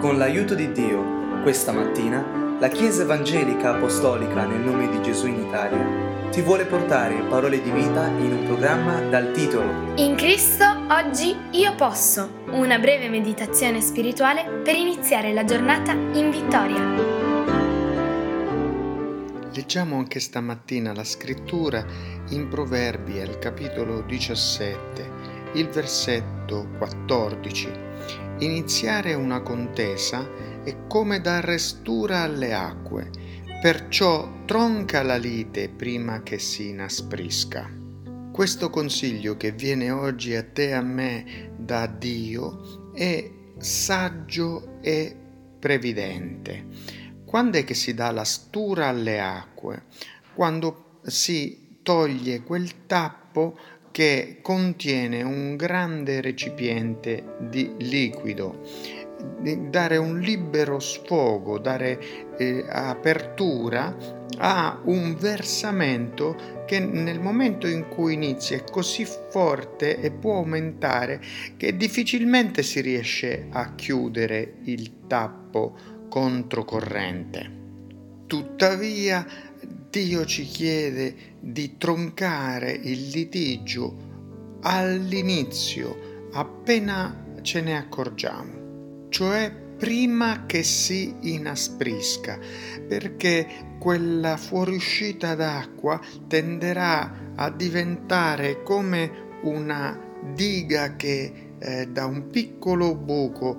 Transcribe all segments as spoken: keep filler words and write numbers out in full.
Con l'aiuto di Dio, questa mattina, la Chiesa Evangelica Apostolica nel nome di Gesù in Italia ti vuole portare parole di vita in un programma dal titolo In Cristo oggi io posso, una breve meditazione spirituale per iniziare la giornata in vittoria. Leggiamo anche stamattina la scrittura in Proverbi al capitolo diciassette, il versetto quattordici. Iniziare una contesa è come dare stura alle acque, perciò tronca la lite prima che si inasprisca. Questo consiglio che viene oggi a te e a me da Dio è saggio e previdente. Quando è che si dà la stura alle acque? Quando si toglie quel tappo che contiene un grande recipiente di liquido, dare un libero sfogo, dare eh, apertura a un versamento che nel momento in cui inizia è così forte e può aumentare che difficilmente si riesce a chiudere il tappo controcorrente. Tuttavia Dio ci chiede di troncare il litigio all'inizio, appena ce ne accorgiamo, cioè prima che si inasprisca, perché quella fuoriuscita d'acqua tenderà a diventare come una diga che eh, da un piccolo buco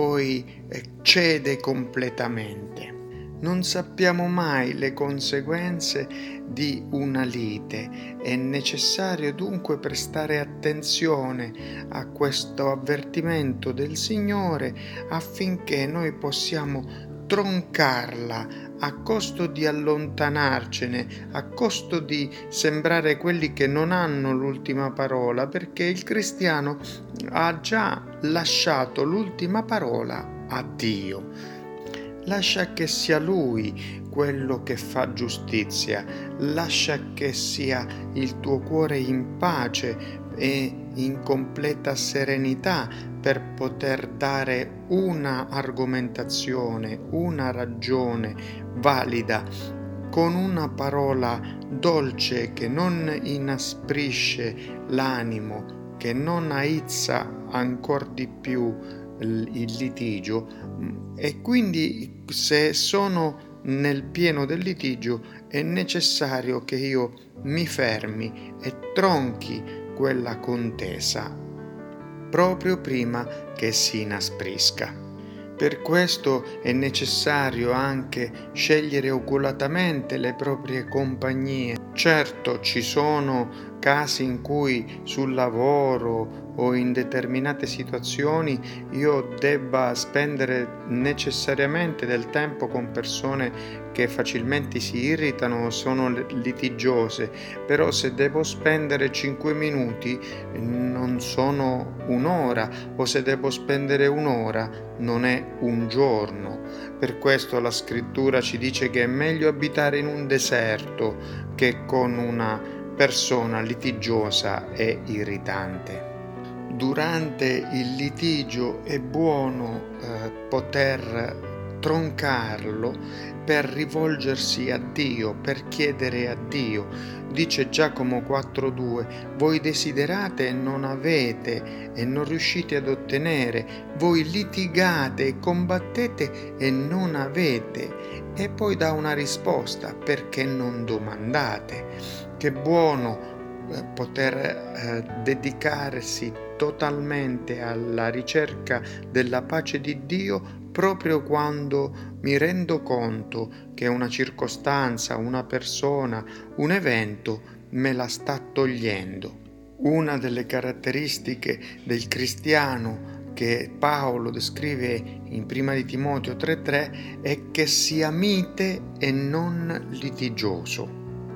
poi eh, cede completamente. Non sappiamo mai le conseguenze di una lite, è necessario dunque prestare attenzione a questo avvertimento del Signore affinché noi possiamo troncarla a costo di allontanarcene, a costo di sembrare quelli che non hanno l'ultima parola, perché il cristiano ha già lasciato l'ultima parola a Dio. Lascia che sia Lui quello che fa giustizia, lascia che sia il tuo cuore in pace e in completa serenità per poter dare una argomentazione, una ragione valida, con una parola dolce che non inasprisce l'animo, che non aizza ancor di più il litigio. E quindi se sono nel pieno del litigio è necessario che io mi fermi e tronchi quella contesa proprio prima che si inasprisca. Per questo è necessario anche scegliere oculatamente le proprie compagnie. Certo, ci sono casi in cui sul lavoro o in determinate situazioni io debba spendere necessariamente del tempo con persone che facilmente si irritano o sono litigiose, però se devo spendere cinque minuti non sono un'ora, o se devo spendere un'ora non è un giorno. Per questo la scrittura ci dice che è meglio abitare in un deserto che con una persona litigiosa e irritante. Durante il litigio è buono eh, poter troncarlo per rivolgersi a Dio, per chiedere a Dio. Dice Giacomo quattro due: voi desiderate e non avete e non riuscite ad ottenere, voi litigate e combattete e non avete. E poi dà una risposta: perché non domandate? Che buono eh, poter eh, dedicarsi totalmente alla ricerca della pace di Dio proprio quando mi rendo conto che una circostanza, una persona, un evento me la sta togliendo. Una delle caratteristiche del cristiano che Paolo descrive in prima di Timoteo tre tre è che sia mite e non litigioso.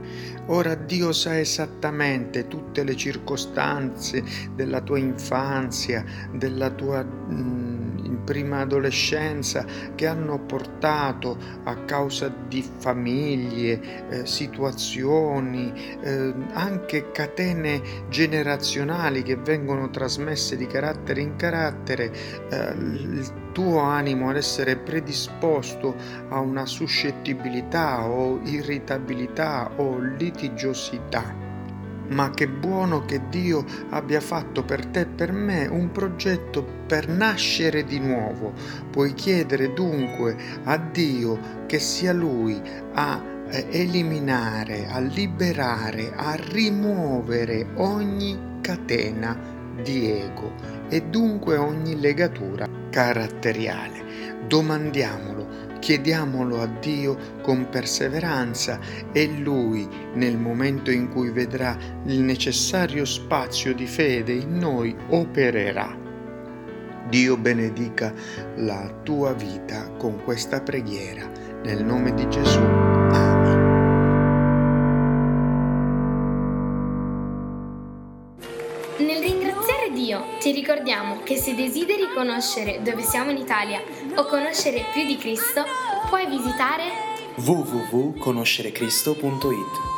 Ora Dio sa esattamente tutte le circostanze della tua infanzia, della tua mh, prima adolescenza che hanno portato a causa di famiglie, eh, situazioni, eh, anche catene generazionali che vengono trasmesse di carattere in carattere, eh, il tuo animo ad essere predisposto a una suscettibilità o irritabilità o litigiosità. Ma che buono che Dio abbia fatto per te e per me un progetto per nascere di nuovo. Puoi chiedere dunque a Dio che sia Lui a eliminare, a liberare, a rimuovere ogni catena di ego e dunque ogni legatura caratteriale. Domandiamolo. Chiediamolo a Dio con perseveranza e Lui, nel momento in cui vedrà il necessario spazio di fede in noi, opererà. Dio benedica la tua vita con questa preghiera. Nel nome di Gesù. Amen. Nel ringraziare Dio ti ricordiamo che se desideri conoscere dove siamo in Italia o conoscere più di Cristo, puoi visitare w w w punto conoscere cristo punto i t.